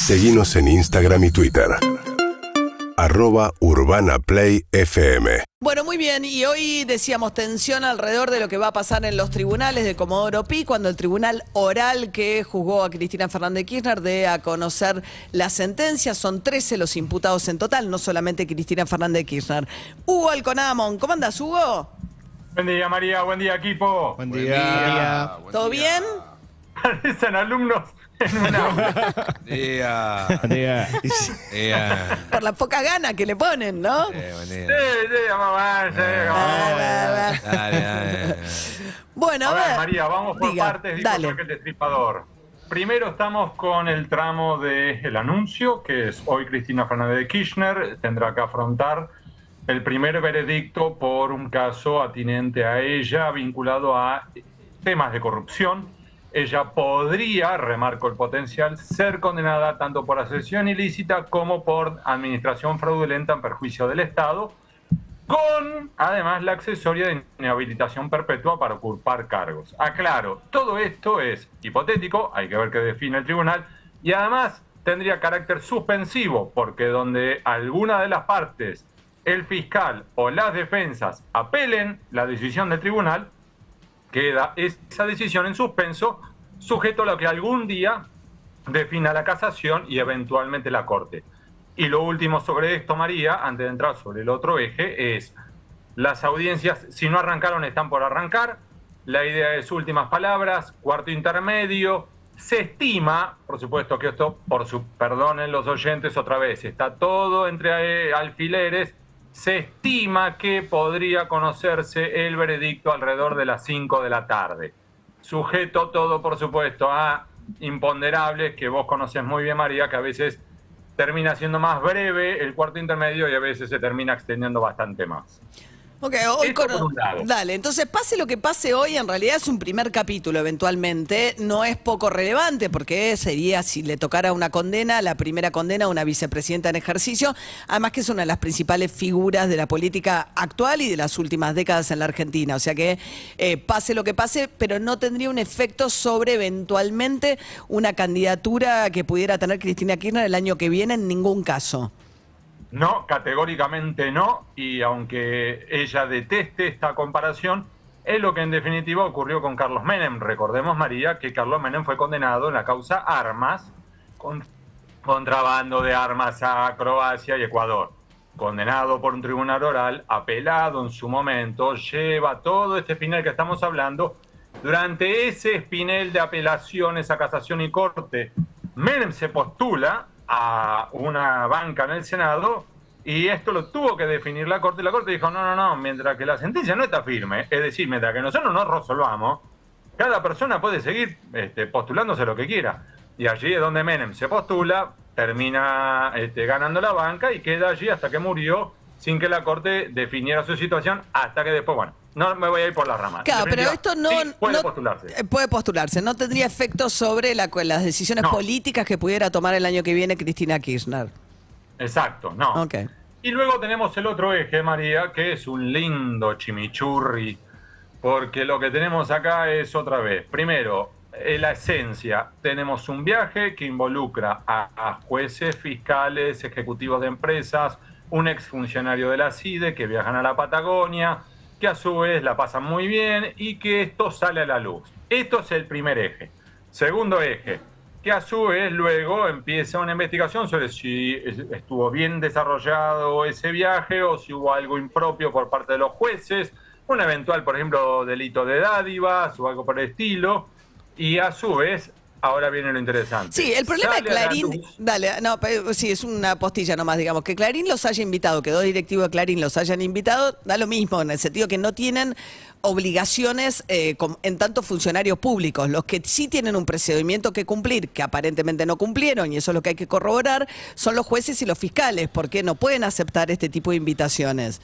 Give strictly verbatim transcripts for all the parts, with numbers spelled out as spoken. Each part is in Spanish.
Seguinos en Instagram y Twitter. Arroba Urbana Play F M. Bueno, muy bien, y hoy decíamos tensión alrededor de lo que va a pasar en los tribunales de Comodoro Pi cuando el tribunal oral que juzgó a Cristina Fernández Kirchner dé a conocer la sentencia. Son trece los imputados en total, no solamente Cristina Fernández Kirchner. Hugo Alconamon, ¿cómo andás, Hugo? Buen día, María, buen día, equipo. Buen día. Buen día. ¿Todo bien? Parecen alumnos en un aula. Día. Día. Día. Por la poca gana que le ponen, ¿no? Sí, buen día. Sí, sí, vamos a ver, sí, vamos a ver. Dale, dale. Bueno, a, A ver, ver, María, vamos por diga, partes, dijo dale. Jack el Destripador. Primero estamos con el tramo del anuncio, que es hoy Cristina Fernández de Kirchner tendrá que afrontar el primer veredicto por un caso atinente a ella, vinculado a temas de corrupción. Ella podría, remarco el potencial, ser condenada tanto por asociación ilícita como por administración fraudulenta en perjuicio del Estado, con además la accesoria de inhabilitación perpetua para ocupar cargos. Aclaro, todo esto es hipotético, hay que ver qué define el tribunal, y además tendría carácter suspensivo, porque donde alguna de las partes, el fiscal o las defensas, apelen la decisión del tribunal, queda esa decisión en suspenso, sujeto a lo que algún día defina la casación y eventualmente la Corte. Y lo último sobre esto, María, antes de entrar sobre el otro eje, es las audiencias, si no arrancaron, están por arrancar. La idea es últimas palabras, cuarto intermedio. Se estima, por supuesto que esto, por su perdonen los oyentes otra vez, está todo entre eh, alfileres. Se estima que podría conocerse el veredicto alrededor de las cinco de la tarde. Sujeto todo, por supuesto, a imponderables que vos conocés muy bien, María, que a veces termina siendo más breve el cuarto intermedio y a veces se termina extendiendo bastante más. Ok, hoy Esto con... por un lado. Dale, entonces pase lo que pase hoy, en realidad es un primer capítulo eventualmente, no es poco relevante porque sería, si le tocara una condena, la primera condena a una vicepresidenta en ejercicio, además que es una de las principales figuras de la política actual y de las últimas décadas en la Argentina, o sea que eh, pase lo que pase, pero no tendría un efecto sobre eventualmente una candidatura que pudiera tener Cristina Kirchner el año que viene en ningún caso. No, categóricamente no, y aunque ella deteste esta comparación, es lo que en definitiva ocurrió con Carlos Menem. Recordemos, María, que Carlos Menem fue condenado en la causa Armas, con contrabando de armas a Croacia y Ecuador. Condenado por un tribunal oral, apelado en su momento, lleva todo este espinel que estamos hablando. Durante ese espinel de apelaciones a casación y corte, Menem se postula a una banca en el Senado y esto lo tuvo que definir la Corte. La Corte dijo, no, no, no, mientras que la sentencia no está firme, es decir, mientras que nosotros no resolvamos, cada persona puede seguir este, postulándose lo que quiera. Y allí es donde Menem se postula, termina este, ganando la banca y queda allí hasta que murió sin que la Corte definiera su situación, hasta que después, bueno, no me voy a ir por las ramas. Claro, pero esto no, sí, puede no postularse. eh, puede postularse, no tendría efecto sobre la, las decisiones No. políticas que pudiera tomar el año que viene Cristina Kirchner. Exacto, no. Ok. Y luego tenemos el otro eje, María, que es un lindo chimichurri, porque lo que tenemos acá es otra vez. Primero, en la esencia, tenemos un viaje que involucra a, a jueces, fiscales, ejecutivos de empresas, un exfuncionario de la CIDE que viajan a la Patagonia, que a su vez la pasan muy bien y que esto sale a la luz. Esto es el primer eje. Segundo eje, que a su vez luego empieza una investigación sobre si estuvo bien desarrollado ese viaje o si hubo algo impropio por parte de los jueces, un eventual, por ejemplo, delito de dádivas o algo por el estilo, y a su vez, ahora viene lo interesante. Sí, el problema de Sale a la Clarín, luz- dale, no, pero sí, es una postilla nomás, digamos, que Clarín los haya invitado, que dos directivos de Clarín los hayan invitado, da lo mismo, en el sentido que no tienen obligaciones eh, con- en tanto funcionarios públicos. Los que sí tienen un procedimiento que cumplir, que aparentemente no cumplieron, y eso es lo que hay que corroborar, son los jueces y los fiscales, porque no pueden aceptar este tipo de invitaciones.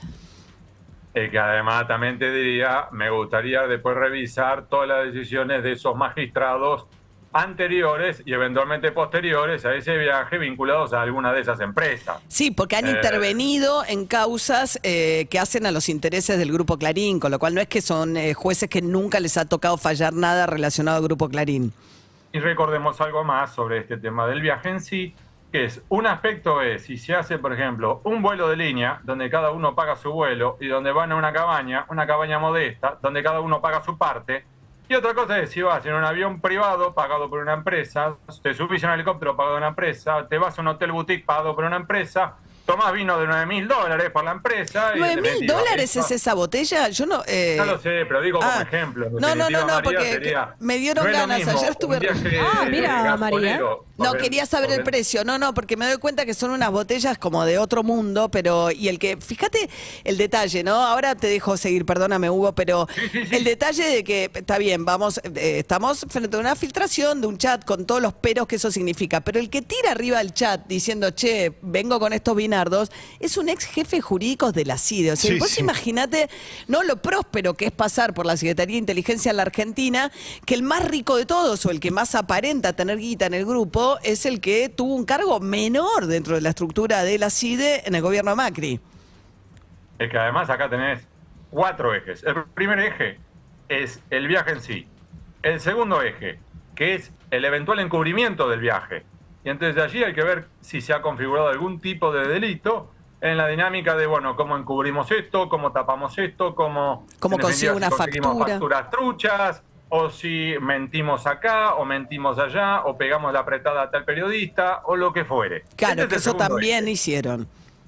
Eh, que además también te diría, me gustaría después revisar todas las decisiones de esos magistrados anteriores y eventualmente posteriores a ese viaje vinculados a alguna de esas empresas. Sí, porque han Eh, intervenido en causas eh, que hacen a los intereses del Grupo Clarín, con lo cual no es que son eh, jueces que nunca les ha tocado fallar nada relacionado al Grupo Clarín. Y recordemos algo más sobre este tema del viaje en sí. que es, un aspecto es si se hace, por ejemplo, un vuelo de línea, donde cada uno paga su vuelo, y donde van a una cabaña, una cabaña modesta, donde cada uno paga su parte. Y otra cosa es si vas en un avión privado pagado por una empresa, te subís en un helicóptero pagado por una empresa, te vas a un hotel boutique pagado por una empresa, tomás vino de nueve mil dólares por la empresa. ¿nueve mil dólares es esa botella? Yo no... Eh... No lo sé, pero digo como ah, ejemplo. No, no, no, no, María, porque sería, me dieron no ganas. mismo, Ayer estuve... Ah, mira, María. No, quería saber el precio. No, no, porque me doy cuenta que son unas botellas como de otro mundo, pero... Y el que... Fíjate el detalle, ¿no? Ahora te dejo seguir, perdóname, Hugo, pero sí, sí, sí. el detalle de que, está bien, vamos, eh, estamos frente a una filtración de un chat con todos los peros que eso significa, pero el que tira arriba el chat diciendo, che, vengo con estos vinardos, es un ex jefe jurídico de la CIDE. O sea, Sí, vos sí. imaginate, no lo próspero que es pasar por la Secretaría de Inteligencia en la Argentina, que el más rico de todos o el que más aparenta tener guita en el grupo es el que tuvo un cargo menor dentro de la estructura de la CIDE en el gobierno de Macri. Es que además acá tenés cuatro ejes. El primer eje es el viaje en sí. El segundo eje, que es el eventual encubrimiento del viaje. Y entonces de allí hay que ver si se ha configurado algún tipo de delito en la dinámica de, bueno, cómo encubrimos esto, cómo tapamos esto, cómo... Cómo en consigo definitiva, una si conseguimos factura. facturas truchas, o si mentimos acá, o mentimos allá, o pegamos la apretada a tal periodista, o lo que fuere. Claro, Este es que el eso segundo también eje. hicieron.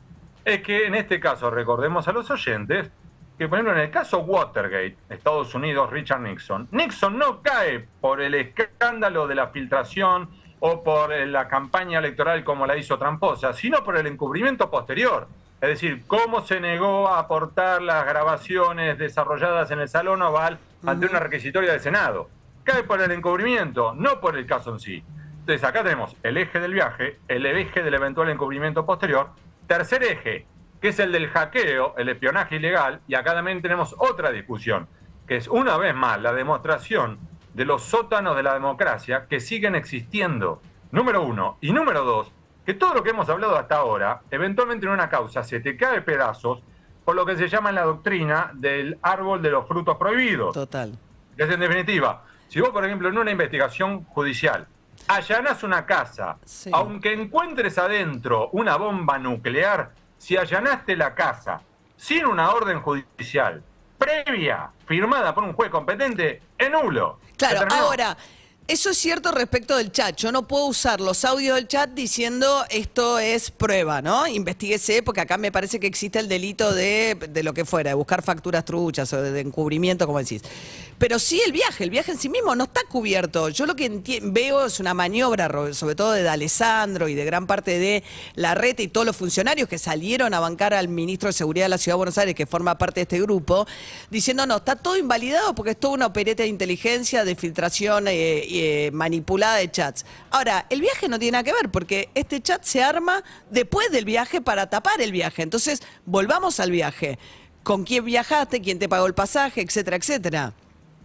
Es que en este caso, recordemos a los oyentes, que por ejemplo en el caso Watergate, Estados Unidos, Richard Nixon, Nixon no cae por el escándalo de la filtración o por la campaña electoral como la hizo tramposa, sino por el encubrimiento posterior. Es decir, cómo se negó a aportar las grabaciones desarrolladas en el Salón Oval ante una requisitoria del Senado. Cae por el encubrimiento, no por el caso en sí. Entonces acá tenemos el eje del viaje, el eje del eventual encubrimiento posterior, tercer eje, que es el del hackeo, el espionaje ilegal, y acá también tenemos otra discusión, que es una vez más la demostración de los sótanos de la democracia que siguen existiendo, número uno, y número dos, que todo lo que hemos hablado hasta ahora, eventualmente en una causa se te cae pedazos por lo que se llama en la doctrina del árbol de los frutos prohibidos. Total. Que es en definitiva, si vos por ejemplo en una investigación judicial allanas una casa, Sí. aunque encuentres adentro una bomba nuclear, si allanaste la casa sin una orden judicial previa, firmada por un juez competente, es nulo. Claro, ¿Se terminó? ahora, eso es cierto respecto del chat. Yo no puedo usar los audios del chat diciendo esto es prueba, ¿no? Investíguese, porque acá me parece que existe el delito de, de lo que fuera, de buscar facturas truchas o de, de encubrimiento, como decís. Pero sí el viaje, el viaje en sí mismo no está cubierto. Yo lo que enti- veo es una maniobra, ro- sobre todo de D'Alessandro y de gran parte de la red y todos los funcionarios que salieron a bancar al ministro de Seguridad de la Ciudad de Buenos Aires, que forma parte de este grupo, diciendo, no, está todo invalidado porque es toda una opereta de inteligencia, de filtración eh, eh, manipulada de chats. Ahora, el viaje no tiene nada que ver porque este chat se arma después del viaje para tapar el viaje. Entonces, volvamos al viaje. ¿Con quién viajaste? ¿Quién te pagó el pasaje? Etcétera, etcétera.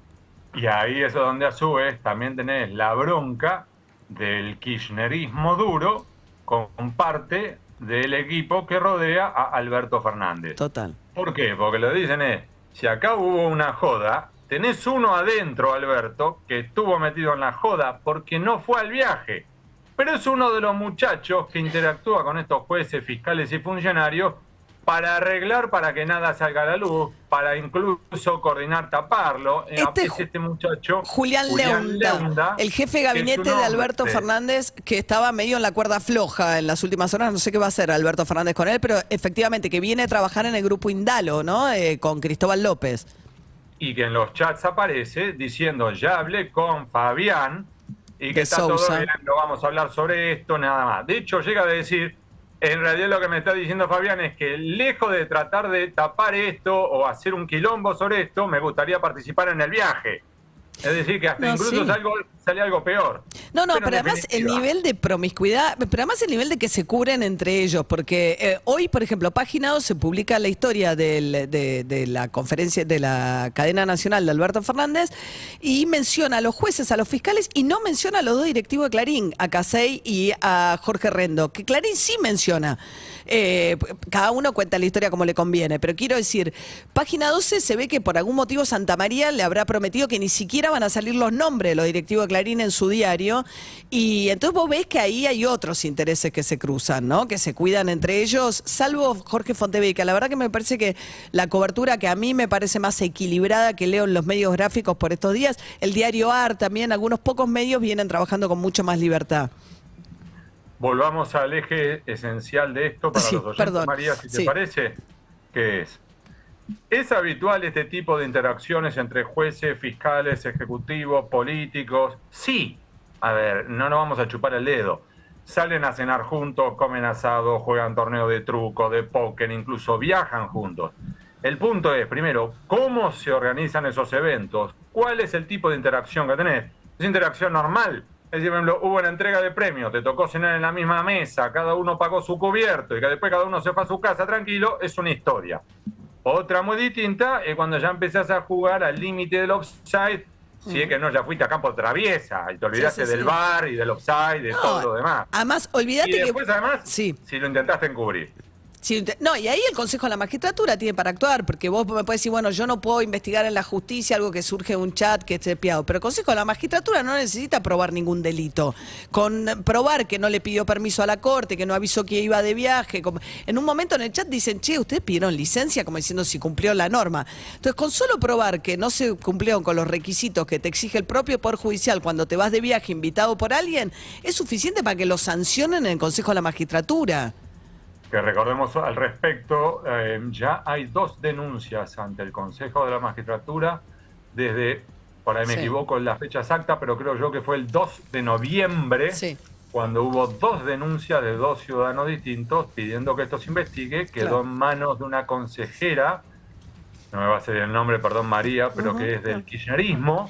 Y ahí es donde a su vez también tenés la bronca del kirchnerismo duro con parte del equipo que rodea a Alberto Fernández. Total. ¿Por qué? Porque lo dicen es, si acá hubo una joda, tenés uno adentro, Alberto, que estuvo metido en la joda porque no fue al viaje. Pero es uno de los muchachos que interactúa con estos jueces, fiscales y funcionarios para arreglar para que nada salga a la luz, para incluso coordinar taparlo. Eh, Este es este muchacho, Julián, Leunda, el jefe de que es gabinete un de Alberto hombre. Fernández, que estaba medio en la cuerda floja en las últimas horas. No sé qué va a hacer Alberto Fernández con él, pero efectivamente que viene a trabajar en el grupo Indalo, ¿no? Eh, con Cristóbal López. Y que en los chats aparece diciendo, ya hablé con Fabián y que De está Sousa. todo bien, no vamos a hablar sobre esto, nada más. De hecho, llega a decir, en realidad lo que me está diciendo Fabián es que lejos de tratar de tapar esto o hacer un quilombo sobre esto, me gustaría participar en el viaje. Es decir, que hasta No, incluso sí. salgo, sale algo peor. No, no, pero, en además el definitiva, nivel de promiscuidad, pero además el nivel de que se cubren entre ellos, porque eh, hoy, por ejemplo, Página dos se publica la historia del- de, de la conferencia de la cadena nacional de Alberto Fernández y menciona a los jueces, a los fiscales y no menciona a los dos directivos de Clarín, a Casey y a Jorge Rendo, que Clarín sí menciona. Eh, cada uno cuenta la historia como le conviene, pero quiero decir, Página doce se ve que por algún motivo Santa María le habrá prometido que ni siquiera siquiera van a salir los nombres de los directivos de Clarín en su diario. Y entonces vos ves que ahí hay otros intereses que se cruzan, ¿no? Que se cuidan entre ellos, salvo Jorge Fontevecchia. La verdad que me parece que la cobertura que a mí me parece más equilibrada que leo en los medios gráficos por estos días, el diario A R también, algunos pocos medios vienen trabajando con mucho más libertad. Volvamos al eje esencial de esto para Sí, los oyentes, perdón. María, si te Sí. parece, que es, ¿es habitual este tipo de interacciones entre jueces, fiscales, ejecutivos, políticos? Sí. A ver, no nos vamos a chupar el dedo. Salen a cenar juntos, comen asado, juegan torneos de truco, de póker, incluso viajan juntos. El punto es, primero, ¿cómo se organizan esos eventos? ¿Cuál es el tipo de interacción que tenés? ¿Es interacción normal? Es decir, por ejemplo, hubo una entrega de premios, te tocó cenar en la misma mesa, cada uno pagó su cubierto y que después cada uno se fue a su casa tranquilo, es una historia. Otra muy distinta es cuando ya empezás a jugar al límite del offside, si es que no, ya fuiste a campo traviesa y te olvidaste Sí, sí, del sí. bar y del offside, de No, todo lo demás. Además, olvídate Y después, que... además, Sí. si lo intentaste encubrir. Sí, te- no, y ahí el Consejo de la Magistratura tiene para actuar, porque vos me puedes decir, bueno, yo no puedo investigar en la justicia algo que surge de un chat que esté espiado, pero el Consejo de la Magistratura no necesita probar ningún delito. Con probar que no le pidió permiso a la Corte, que no avisó que iba de viaje. Como- en un momento en el chat dicen, che, ustedes pidieron licencia, como diciendo si cumplió la norma. Entonces, con solo probar que no se cumplieron con los requisitos que te exige el propio Poder Judicial cuando te vas de viaje invitado por alguien, es suficiente para que lo sancionen en el Consejo de la Magistratura. Que recordemos al respecto, eh, ya hay dos denuncias ante el Consejo de la Magistratura desde, por ahí me Sí. equivoco en la fecha exacta, pero creo yo que fue el dos de noviembre, Sí. cuando hubo dos denuncias de dos ciudadanos distintos pidiendo que esto se investigue, quedó Claro. en manos de una consejera, no me va a salir el nombre, perdón María, pero Ujú, que es del claro. kirchnerismo,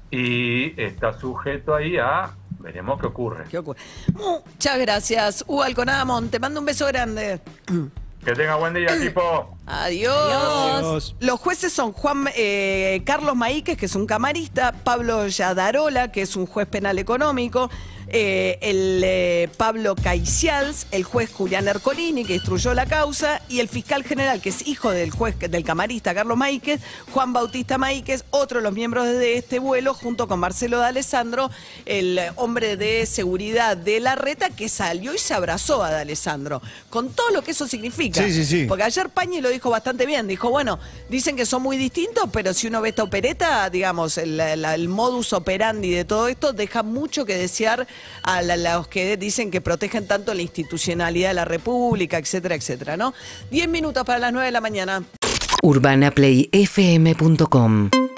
y está sujeto ahí a, veremos qué ocurre. ¿Qué ocurre? Muchas gracias, Hugo Alconadamón. Te mando un beso grande. Que tenga buen día, tipo. Adiós. Adiós. Los jueces son Juan eh, Carlos Maíquez, que es un camarista, Pablo Yadarola, que es un juez penal económico, eh, el eh, Pablo Caicials, el juez Julián Ercolini, que instruyó la causa, y el fiscal general, que es hijo del juez del camarista Carlos Maíquez, Juan Bautista Maíquez, otro de los miembros de este vuelo, junto con Marcelo D'Alessandro, el hombre de seguridad de Larreta, que salió y se abrazó a D'Alessandro, con todo lo que eso significa. Sí, sí, sí. Porque ayer Pañi lo dijo bastante bien. Dijo, bueno, dicen que son muy distintos, pero si uno ve esta opereta, digamos, el, la- el modus operandi de todo esto deja mucho que desear a la- los que dicen que protegen tanto la institucionalidad de la República, etcétera, etcétera, ¿no? Diez minutos para las nueve de la mañana. urbana play f m punto com